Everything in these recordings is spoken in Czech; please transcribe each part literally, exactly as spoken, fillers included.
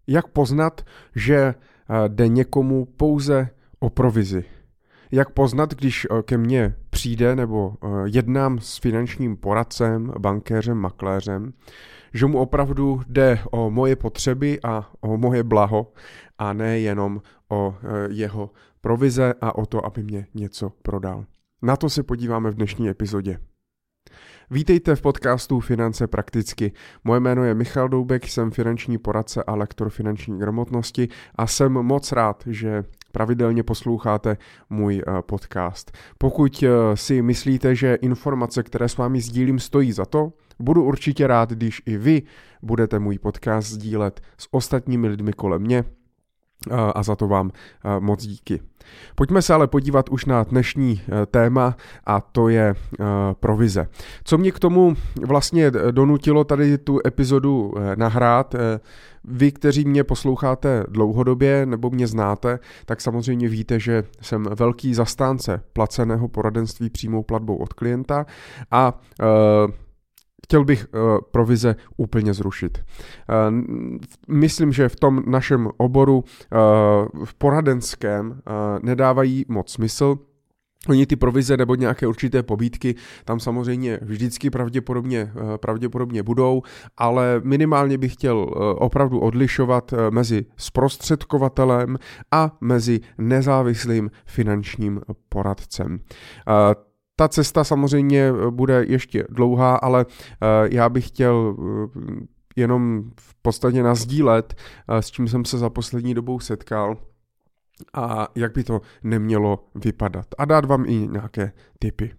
Jak poznat, že jde někomu pouze o provizi? Jak poznat, když ke mně přijde nebo jednám s finančním poradcem, bankéřem, makléřem, že mu opravdu jde o moje potřeby a o moje blaho a ne jenom o jeho provize a o to, aby mě něco prodal. Na to se podíváme v dnešní epizodě. Vítejte v podcastu Finance prakticky. Moje jméno je Michal Doubek, jsem finanční poradce a lektor finanční gramotnosti a jsem moc rád, že pravidelně posloucháte můj podcast. Pokud si myslíte, že informace, které s vámi sdílím, stojí za to, budu určitě rád, když i vy budete můj podcast sdílet s ostatními lidmi kolem mě a za to vám moc díky. Pojďme se ale podívat už na dnešní téma a to je provize. Co mě k tomu vlastně donutilo tady tu epizodu nahrát, vy, kteří mě posloucháte dlouhodobě nebo mě znáte, tak samozřejmě víte, že jsem velký zastánce placeného poradenství přímou platbou od klienta a chtěl bych uh, provize úplně zrušit. Uh, myslím, že v tom našem oboru uh, v poradenském uh, nedávají moc smysl. Oni ty provize nebo nějaké určité pobídky tam samozřejmě vždycky pravděpodobně, uh, pravděpodobně budou, ale minimálně bych chtěl uh, opravdu odlišovat uh, mezi zprostředkovatelem a mezi nezávislým finančním poradcem. Uh, Ta cesta samozřejmě bude ještě dlouhá, ale já bych chtěl jenom v podstatě nasdílet, s čím jsem se za poslední dobou setkal a jak by to nemělo vypadat. A dát vám i nějaké tipy.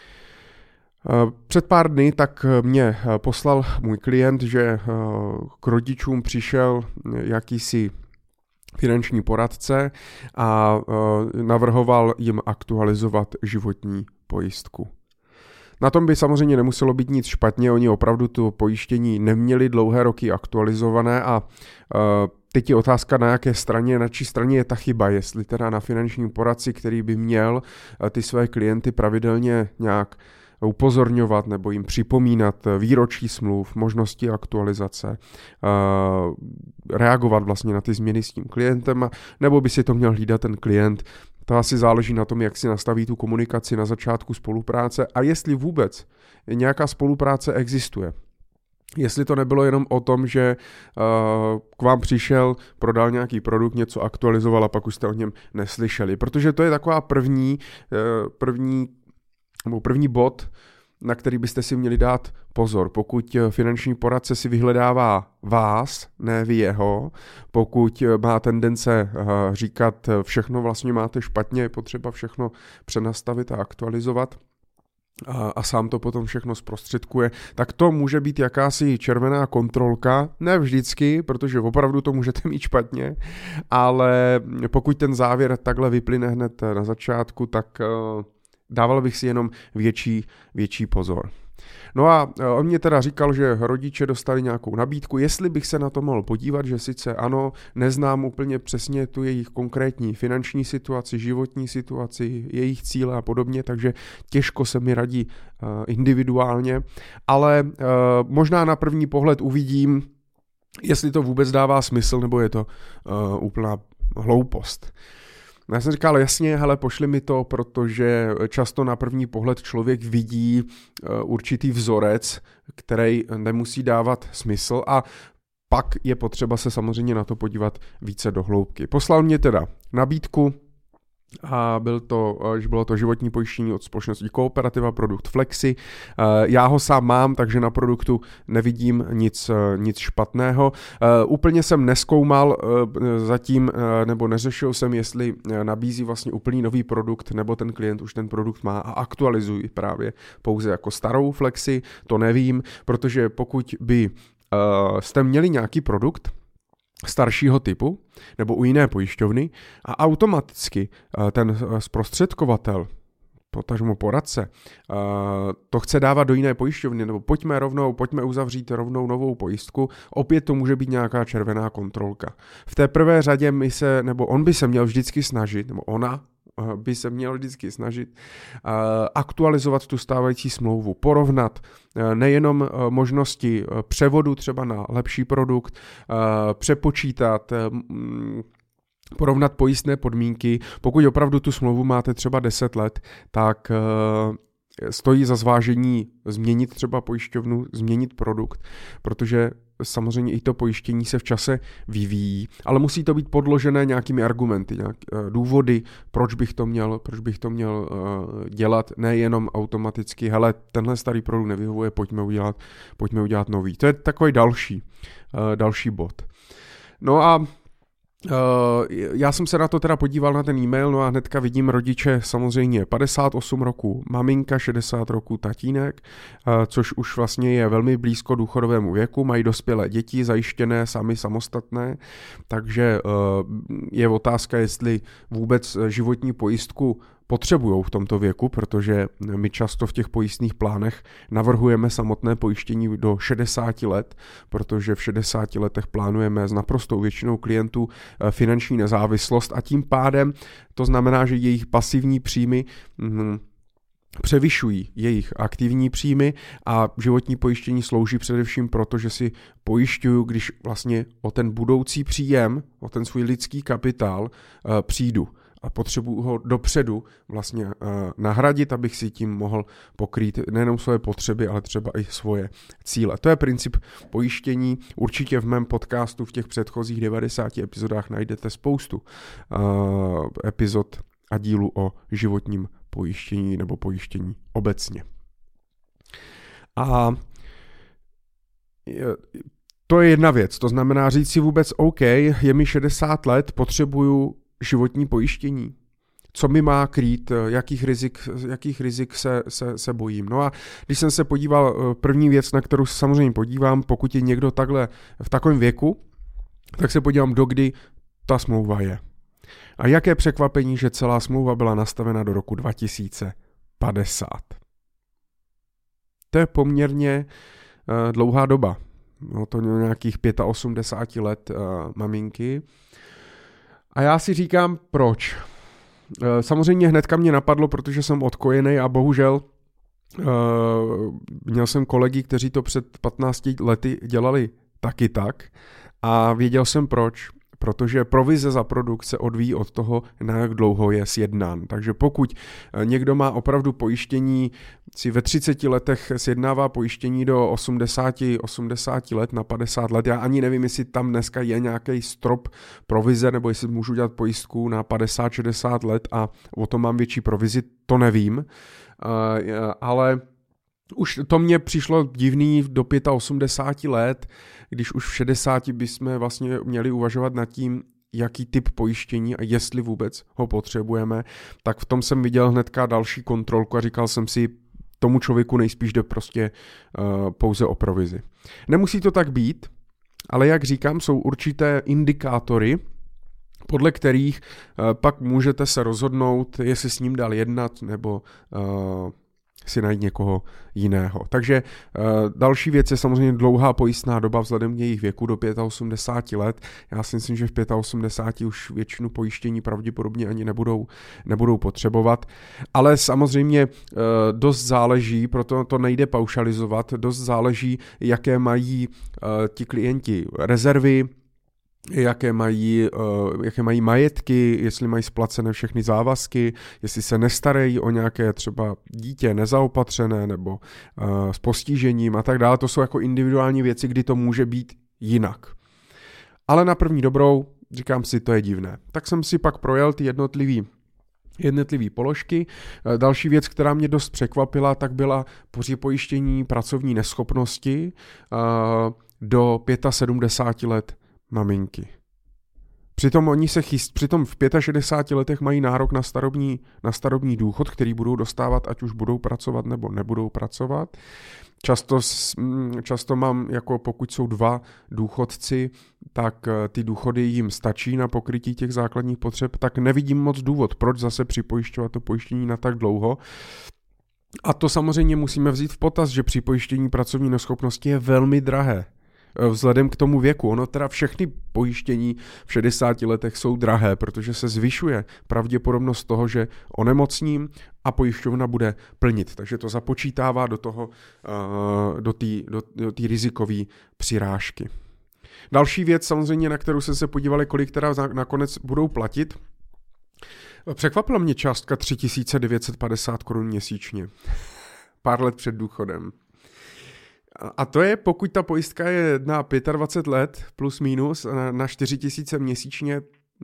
Před pár dny tak mě poslal můj klient, že k rodičům přišel jakýsi finanční poradce a navrhoval jim aktualizovat životní pojistku. Na tom by samozřejmě nemuselo být nic špatně, oni opravdu to pojištění neměli dlouhé roky aktualizované a teď je otázka, na jaké straně, na čí straně je ta chyba, jestli teda na finančním poradci, který by měl ty své klienty pravidelně nějak upozorňovat nebo jim připomínat výročí smluv, možnosti aktualizace, reagovat vlastně na ty změny s tím klientem, nebo by si to měl hlídat ten klient. To asi záleží na tom, jak si nastaví tu komunikaci na začátku spolupráce a jestli vůbec nějaká spolupráce existuje. Jestli to nebylo jenom o tom, že uh, k vám přišel, prodal nějaký produkt, něco aktualizoval a pak už jste o něm neslyšeli. Protože to je taková první, uh, první, nebo první bod, na který byste si měli dát pozor. Pokud finanční poradce si vyhledává vás, ne vy jeho, pokud má tendence říkat, všechno vlastně máte špatně, je potřeba všechno přenastavit a aktualizovat, a, a sám to potom všechno zprostředkuje, tak to může být jakási červená kontrolka, ne vždycky, protože opravdu to můžete mít špatně, ale pokud ten závěr takhle vyplyne hned na začátku, tak dával bych si jenom větší, větší pozor. No a on mě teda říkal, že rodiče dostali nějakou nabídku, jestli bych se na to mohl podívat, že sice ano, neznám úplně přesně tu jejich konkrétní finanční situaci, životní situaci, jejich cíle a podobně, takže těžko se mi radí uh, individuálně, ale uh, možná na první pohled uvidím, jestli to vůbec dává smysl, nebo je to uh, úplná hloupost. Já jsem říkal, jasně, hele, pošli mi to, protože často na první pohled člověk vidí určitý vzorec, který nemusí dávat smysl a pak je potřeba se samozřejmě na to podívat více do hloubky. Poslal mě teda nabídku a byl to, že bylo to životní pojištění od společnosti Kooperativa, produkt Flexi. Já ho sám mám, takže na produktu nevidím nic, nic špatného. Úplně jsem nezkoumal zatím, nebo neřešil jsem, jestli nabízí vlastně úplný nový produkt, nebo ten klient už ten produkt má a aktualizují právě pouze jako starou Flexi, to nevím, protože pokud by jste měli nějaký produkt, staršího typu nebo u jiné pojišťovny a automaticky ten zprostředkovatel, potažmo poradce, to chce dávat do jiné pojišťovny, nebo pojďme rovnou, pojďme uzavřít rovnou novou pojistku, opět to může být nějaká červená kontrolka. V té prvé řadě my se, nebo on by se měl vždycky snažit, nebo ona, by se měl vždycky snažit aktualizovat tu stávající smlouvu, porovnat nejenom možnosti převodu třeba na lepší produkt, přepočítat, porovnat pojistné podmínky. Pokud opravdu tu smlouvu máte třeba deset let, tak stojí za zvážení změnit třeba pojišťovnu, změnit produkt, protože samozřejmě i to pojištění se v čase vyvíjí, ale musí to být podložené nějakými argumenty, nějaké důvody, proč bych to měl, proč bych to měl dělat, nejenom automaticky, hele, tenhle starý produkt nevyhovuje, pojďme udělat, pojďme udělat nový. To je takový další, další bod. No a Uh, já jsem se na to teda podíval na ten e-mail, no a hnedka vidím rodiče samozřejmě padesát osm roků, maminka šedesát roků, tatínek, uh, což už vlastně je velmi blízko důchodovému věku, mají dospělé děti, zajištěné, sami samostatné, takže uh, je otázka, jestli vůbec životní pojistku potřebujou v tomto věku, protože my často v těch pojistných plánech navrhujeme samotné pojištění do šedesáti let, protože v šedesáti letech plánujeme s naprostou většinou klientů finanční nezávislost a tím pádem to znamená, že jejich pasivní příjmy hm, převyšují jejich aktivní příjmy a životní pojištění slouží především proto, že si pojišťuju, když vlastně o ten budoucí příjem, o ten svůj lidský kapitál přijdu. A potřebuji ho dopředu vlastně uh, nahradit, abych si tím mohl pokrýt nejenom svoje potřeby, ale třeba i svoje cíle. To je princip pojištění. Určitě v mém podcastu v těch předchozích devadesáti epizodách najdete spoustu uh, epizod a dílu o životním pojištění nebo pojištění obecně. A to je jedna věc. To znamená říct si vůbec OK, je mi šedesát let, potřebuju životní pojištění. Co mi má krýt, jakých rizik, jakých rizik se, se, se bojím. No a když jsem se podíval, první věc, na kterou se samozřejmě podívám, pokud je někdo takhle v takovém věku, tak se podívám, dokdy ta smlouva je. A jaké překvapení, že celá smlouva byla nastavena do roku dva tisíce padesát. To je poměrně uh, dlouhá doba. No to nějakých osmdesát pět let uh, maminky. A já si říkám, proč? Samozřejmě hnedka mě napadlo, protože jsem odkojený a bohužel měl jsem kolegy, kteří to před patnácti lety dělali taky tak a věděl jsem proč. Protože provize za produkt se odvíjí od toho, na jak dlouho je sjednán. Takže pokud někdo má opravdu pojištění, si ve třiceti letech sjednává pojištění do osmdesáti, osmdesáti let na padesát let, já ani nevím, jestli tam dneska je nějaký strop provize, nebo jestli můžu dělat pojistku na padesát šedesát let a o tom mám větší provizi, to nevím, ale už to mně přišlo divný do osmdesáti pěti let, když už v šedesáti bychom vlastně měli uvažovat nad tím, jaký typ pojištění a jestli vůbec ho potřebujeme, tak v tom jsem viděl hnedka další kontrolku a říkal jsem si, tomu člověku nejspíš jde prostě uh, pouze o provizi. Nemusí to tak být, ale jak říkám, jsou určité indikátory, podle kterých uh, pak můžete se rozhodnout, jestli s ním dál jednat nebo uh, si najít někoho jiného. Takže uh, další věc je samozřejmě dlouhá pojistná doba vzhledem k jejich věku do osmdesáti pěti let. Já si myslím, že v osmdesáti pěti už většinu pojištění pravděpodobně ani nebudou, nebudou potřebovat. Ale samozřejmě uh, dost záleží, proto to nejde paušalizovat, dost záleží, jaké mají uh, ti klienti rezervy, jaké mají, uh, jaké mají majetky, jestli mají splacené všechny závazky, jestli se nestarají o nějaké třeba dítě nezaopatřené nebo uh, s postižením a tak dále. To jsou jako individuální věci, kdy to může být jinak. Ale na první dobrou, říkám si, to je divné. Tak jsem si pak projel ty jednotlivý jednotlivé položky. Další věc, která mě dost překvapila, tak byla pojištění pracovní neschopnosti uh, do sedmdesáti pěti let maminky. Přitom oni se chyst, přitom v šedesáti pěti letech mají nárok na starobní, na starobní důchod, který budou dostávat, ať už budou pracovat nebo nebudou pracovat. Často, často mám, jako pokud jsou dva důchodci, tak ty důchody jim stačí na pokrytí těch základních potřeb, tak nevidím moc důvod, proč zase připojišťovat to pojištění na tak dlouho. A to samozřejmě musíme vzít v potaz, že připojištění pracovní neschopnosti je velmi drahé. vzhledem k tomu věku. Ono teda všechny pojištění v šedesáti letech jsou drahé, protože se zvyšuje pravděpodobnost toho, že onemocním a pojišťovna bude plnit. Takže to započítává do toho, do té do, do té rizikové přirážky. Další věc samozřejmě, na kterou jsem se podívali, kolik teda nakonec budou platit. Překvapila mě částka tři tisíce devět set padesát korun měsíčně. Pár let před důchodem. A to je, pokud ta pojistka je na dvacet pět let plus minus na čtyři tisíce měsíčně,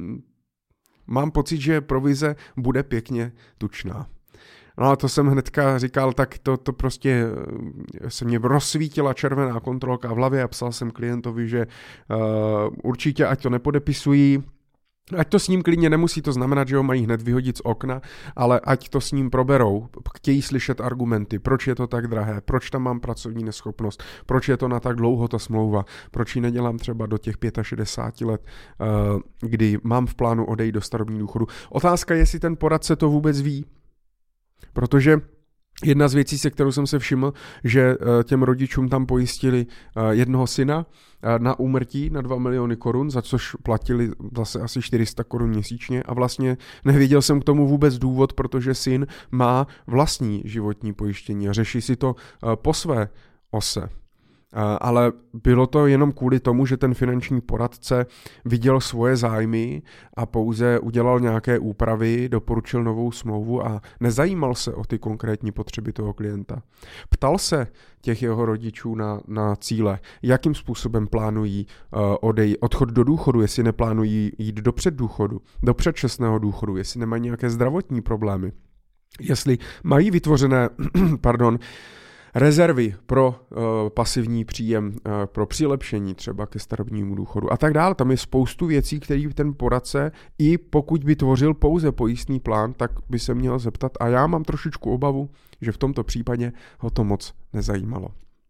mám pocit, že provize bude pěkně tučná. No a to jsem hnedka říkal, tak to, to prostě se mě rozsvítila červená kontrolka v hlavě a psal jsem klientovi, že uh, určitě ať to nepodepisují, ať to s ním klidně nemusí to znamenat, že ho mají hned vyhodit z okna, ale ať to s ním proberou, chtějí slyšet argumenty, proč je to tak drahé, proč tam mám pracovní neschopnost, proč je to na tak dlouho ta smlouva, proč ji nedělám třeba do těch šedesáti pěti let, kdy mám v plánu odejít do starobního důchodu. Otázka je, jestli ten poradce to vůbec ví, protože jedna z věcí, se kterou jsem se všiml, že těm rodičům tam pojistili jednoho syna na úmrtí na dva miliony korun, za což platili zase asi čtyři sta korun měsíčně a vlastně nevěděl jsem k tomu vůbec důvod, protože syn má vlastní životní pojištění a řeší si to po své ose. Ale bylo to jenom kvůli tomu, že ten finanční poradce viděl svoje zájmy a pouze udělal nějaké úpravy, doporučil novou smlouvu a nezajímal se o ty konkrétní potřeby toho klienta. Ptal se těch jeho rodičů na, na cíle, jakým způsobem plánují uh, odej, odchod do důchodu, jestli neplánují jít do předdůchodu, do předčasného důchodu, jestli nemají nějaké zdravotní problémy, jestli mají vytvořené, pardon, rezervy pro uh, pasivní příjem, uh, pro přilepšení třeba ke starobnímu důchodu a tak dále. Tam je spoustu věcí, které ten poradce, i pokud by tvořil pouze pojistný plán, tak by se měl zeptat a já mám trošičku obavu, že v tomto případě ho to moc nezajímalo.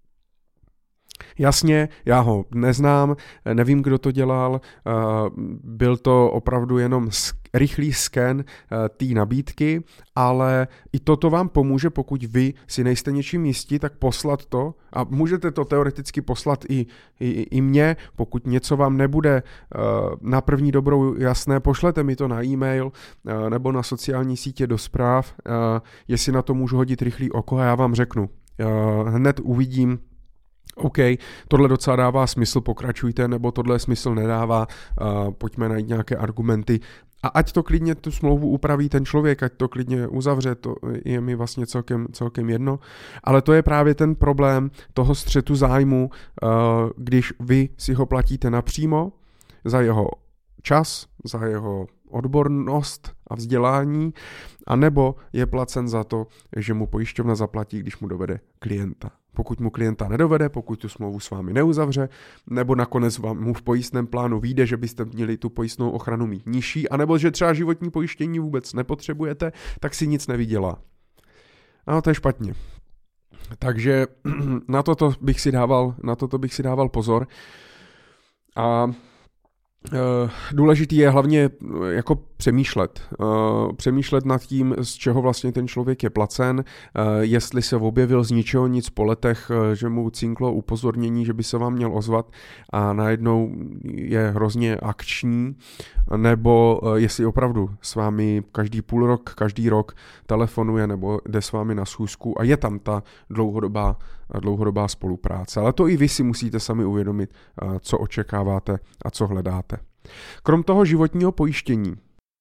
Jasně, já ho neznám, nevím, kdo to dělal, byl to opravdu jenom rychlý sken té nabídky, ale i toto vám pomůže, pokud vy si nejste něčím jistí, tak poslat to a můžete to teoreticky poslat i, i, i mně, pokud něco vám nebude na první dobrou jasné, pošlete mi to na e-mail nebo na sociální sítě do zpráv, jestli na to můžu hodit rychlý oko a já vám řeknu. Hned uvidím, OK, tohle docela dává smysl, pokračujte, nebo tohle smysl nedává, uh, pojďme najít nějaké argumenty. A ať to klidně tu smlouvu upraví ten člověk, ať to klidně uzavře, to je mi vlastně celkem, celkem jedno. Ale to je právě ten problém toho střetu zájmu, uh, když vy si ho platíte napřímo za jeho čas, za jeho odbornost a vzdělání, anebo je placen za to, že mu pojišťovna zaplatí, když mu dovede klienta. Pokud mu klienta nedovede, pokud tu smlouvu s vámi neuzavře, nebo nakonec vám mu v pojistném plánu vyjde, že byste měli tu pojistnou ochranu mít nižší, anebo že třeba životní pojištění vůbec nepotřebujete, tak si nic nevydělá. A to je špatně. Takže na toto bych si dával, na toto bych si dával pozor. A důležitý je hlavně jako přemýšlet. Přemýšlet nad tím, z čeho vlastně ten člověk je placen, jestli se objevil z ničeho nic po letech, že mu cinklo upozornění, že by se vám měl ozvat a najednou je hrozně akční, nebo jestli opravdu s vámi každý půl rok, každý rok telefonuje nebo jde s vámi na schůzku a je tam ta dlouhodobá, dlouhodobá spolupráce. Ale to i vy si musíte sami uvědomit, co očekáváte a co hledáte. Krom toho životního pojištění,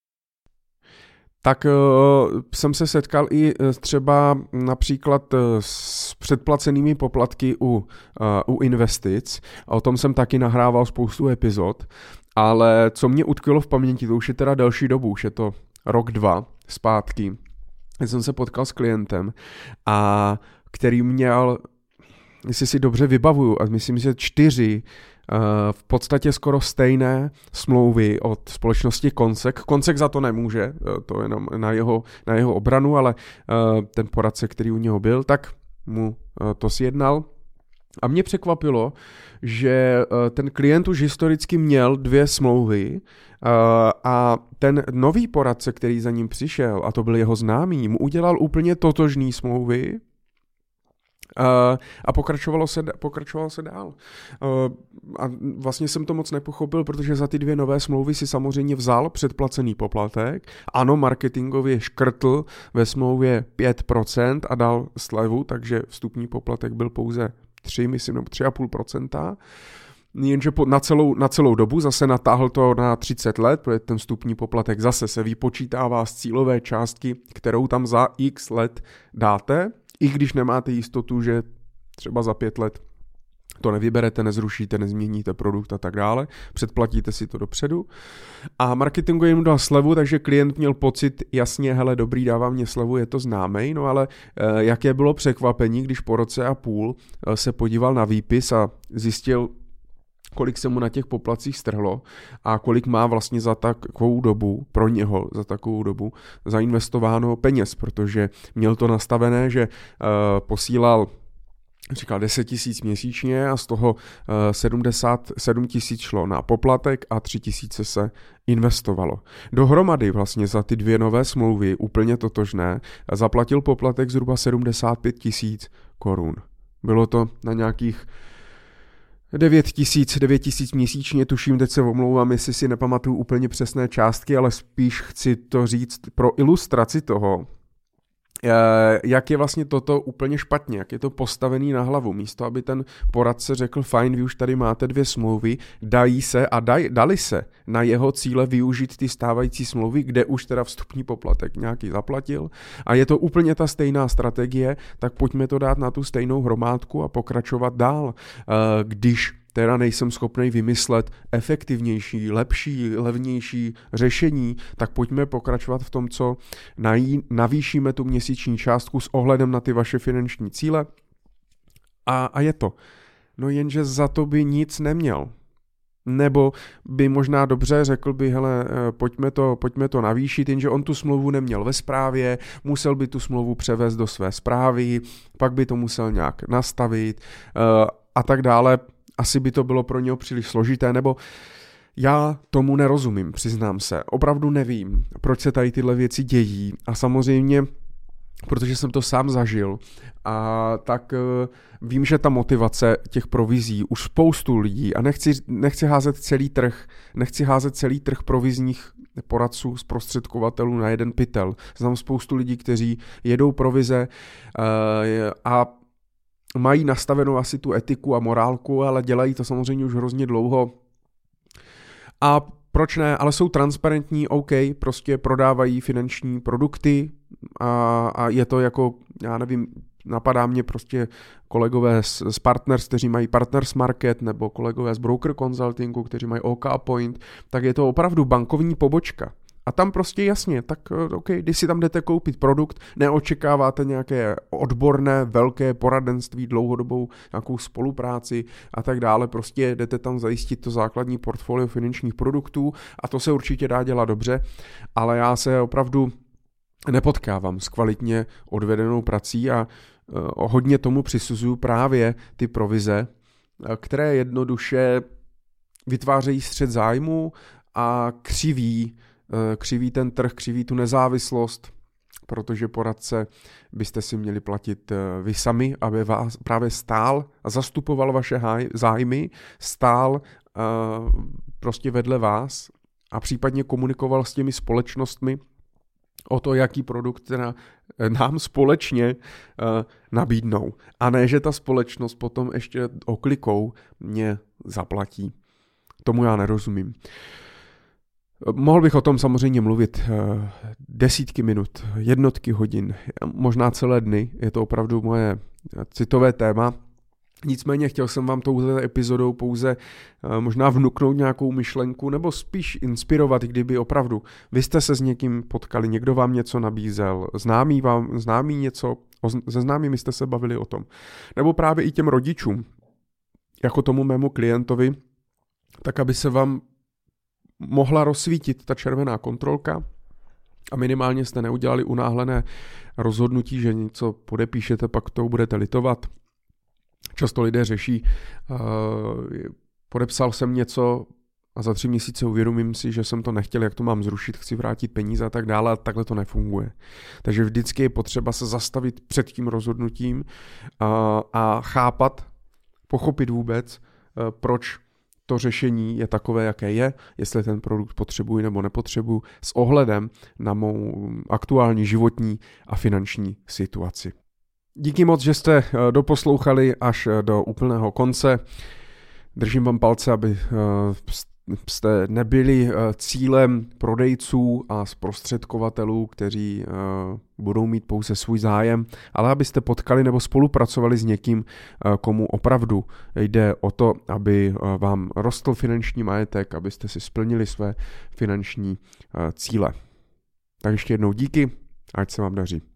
tak uh, jsem se setkal i třeba například s předplacenými poplatky u, uh, u investic. A o tom jsem taky nahrával spoustu epizod, ale co mě utkvělo v paměti, to už je teda delší dobu, už je to rok, dva zpátky, jsem se potkal s klientem, a který měl, jestli si dobře vybavuju, a myslím, že čtyři v podstatě skoro stejné smlouvy od společnosti Consec. Consec za to nemůže, to jenom na jeho, na jeho obranu, ale ten poradce, který u něho byl, tak mu to sjednal. A mě překvapilo, že ten klient už historicky měl dvě smlouvy a ten nový poradce, který za ním přišel, a to byl jeho známý, mu udělal úplně totožný smlouvy, Uh, a pokračovalo se, pokračovalo se dál. Uh, a vlastně jsem to moc nepochopil, protože za ty dvě nové smlouvy si samozřejmě vzal předplacený poplatek. Ano, marketingově škrtl ve smlouvě pět procent a dal slevu, takže vstupní poplatek byl pouze tři, myslím, nebo tři celá pět procenta. Jenže na celou, na celou dobu zase natáhl to na třicet let, protože ten vstupní poplatek zase se vypočítává z cílové částky, kterou tam za x let dáte, i když nemáte jistotu, že třeba za pět let to nevyberete, nezrušíte, nezměníte produkt a tak dále, předplatíte si to dopředu. A marketingu jim dal slevu, takže klient měl pocit, jasně, hele, dobrý, dává mě slevu, je to známej, no ale eh, jaké bylo překvapení, když po roce a půl eh, se podíval na výpis a zjistil, kolik se mu na těch poplatcích strhlo a kolik má vlastně za takovou dobu, pro něho za takovou dobu, zainvestováno peněz, protože měl to nastavené, že uh, posílal říkal deset tisíc měsíčně a z toho uh, sedmdesát sedm tisíc šlo na poplatek a tři tisíce se investovalo. Dohromady vlastně za ty dvě nové smlouvy, úplně totožné, zaplatil poplatek zhruba sedmdesát pět tisíc korun. Bylo to na nějakých devět tisíc měsíčně, tuším, teď se omlouvám, jestli si nepamatuju úplně přesné částky, ale spíš chci to říct pro ilustraci toho, jak je vlastně toto úplně špatně, jak je to postavený na hlavu. Místo, aby ten poradce řekl, fajn, vy už tady máte dvě smlouvy, dají se a daj, dali se na jeho cíle využít ty stávající smlouvy, kde už teda vstupní poplatek nějaký zaplatil a je to úplně ta stejná strategie, tak pojďme to dát na tu stejnou hromádku a pokračovat dál. Když teda nejsem schopný vymyslet efektivnější, lepší, levnější řešení, tak pojďme pokračovat v tom, co nají, navýšíme tu měsíční částku s ohledem na ty vaše finanční cíle a, a je to. No jenže za to by nic neměl. Nebo by možná dobře řekl by, hele, pojďme to, pojďme to navýšit, jenže on tu smlouvu neměl ve správě, musel by tu smlouvu převést do své správy, pak by to musel nějak nastavit uh, a tak dále. Asi by to bylo pro něho příliš složité, nebo já tomu nerozumím, přiznám se. Opravdu nevím, proč se tady tyhle věci dějí a samozřejmě, protože jsem to sám zažil, a tak uh, vím, že ta motivace těch provizí už spoustu lidí, a nechci, nechci házet celý trh, nechci házet celý trh provizních poradců, zprostředkovatelů na jeden pytel. Znám spoustu lidí, kteří jedou provize uh, a mají nastavenou asi tu etiku a morálku, ale dělají to samozřejmě už hrozně dlouho. A proč ne, ale jsou transparentní, OK, prostě prodávají finanční produkty a, a je to jako, já nevím, napadá mě prostě kolegové z, z Partners, kteří mají Partners Market, nebo kolegové z Broker Consultingu, kteří mají OK Point, tak je to opravdu bankovní pobočka. A tam prostě jasně, tak OK, když si tam jdete koupit produkt, neočekáváte nějaké odborné, velké poradenství, dlouhodobou nějakou spolupráci a tak dále, prostě jdete tam zajistit to základní portfolio finančních produktů a to se určitě dá dělat dobře, ale já se opravdu nepotkávám s kvalitně odvedenou prací a uh, hodně tomu přisuzuju právě ty provize, které jednoduše vytvářejí střet zájmu a křiví křiví ten trh, křiví tu nezávislost, protože poradce byste si měli platit vy sami, aby vás právě stál a zastupoval vaše zájmy, stál uh, prostě vedle vás a případně komunikoval s těmi společnostmi o to, jaký produkt teda nám společně uh, nabídnou. A ne, že ta společnost potom ještě oklikou mě zaplatí. Tomu já nerozumím. Mohl bych o tom samozřejmě mluvit desítky minut, jednotky hodin, možná celé dny, je to opravdu moje citové téma. Nicméně chtěl jsem vám touto epizodou pouze možná vnuknout nějakou myšlenku nebo spíš inspirovat, kdyby opravdu vy jste se s někým potkali, někdo vám něco nabízel, známý vám, známý něco, se známými jste se bavili o tom. Nebo právě i těm rodičům, jako tomu mému klientovi, tak aby se vám mohla rozsvítit ta červená kontrolka a minimálně jste neudělali unáhlené rozhodnutí, že něco podepíšete, pak to budete litovat. Často lidé řeší, uh, podepsal jsem něco a a za tři měsíce uvědomím si, že jsem to nechtěl, jak to mám zrušit, chci vrátit peníze a tak dále, a takhle to nefunguje. Takže vždycky je potřeba se zastavit před tím rozhodnutím a, a chápat, pochopit vůbec, proč to řešení je takové, jaké je, jestli ten produkt potřebuji nebo nepotřebuji, s ohledem na mou aktuální životní a finanční situaci. Díky moc, že jste doposlouchali až do úplného konce. Držím vám palce, aby jste nebyli cílem prodejců a zprostředkovatelů, kteří budou mít pouze svůj zájem, ale abyste potkali nebo spolupracovali s někým, komu opravdu jde o to, aby vám rostl finanční majetek, abyste si splnili své finanční cíle. Tak ještě jednou díky, ať se vám daří.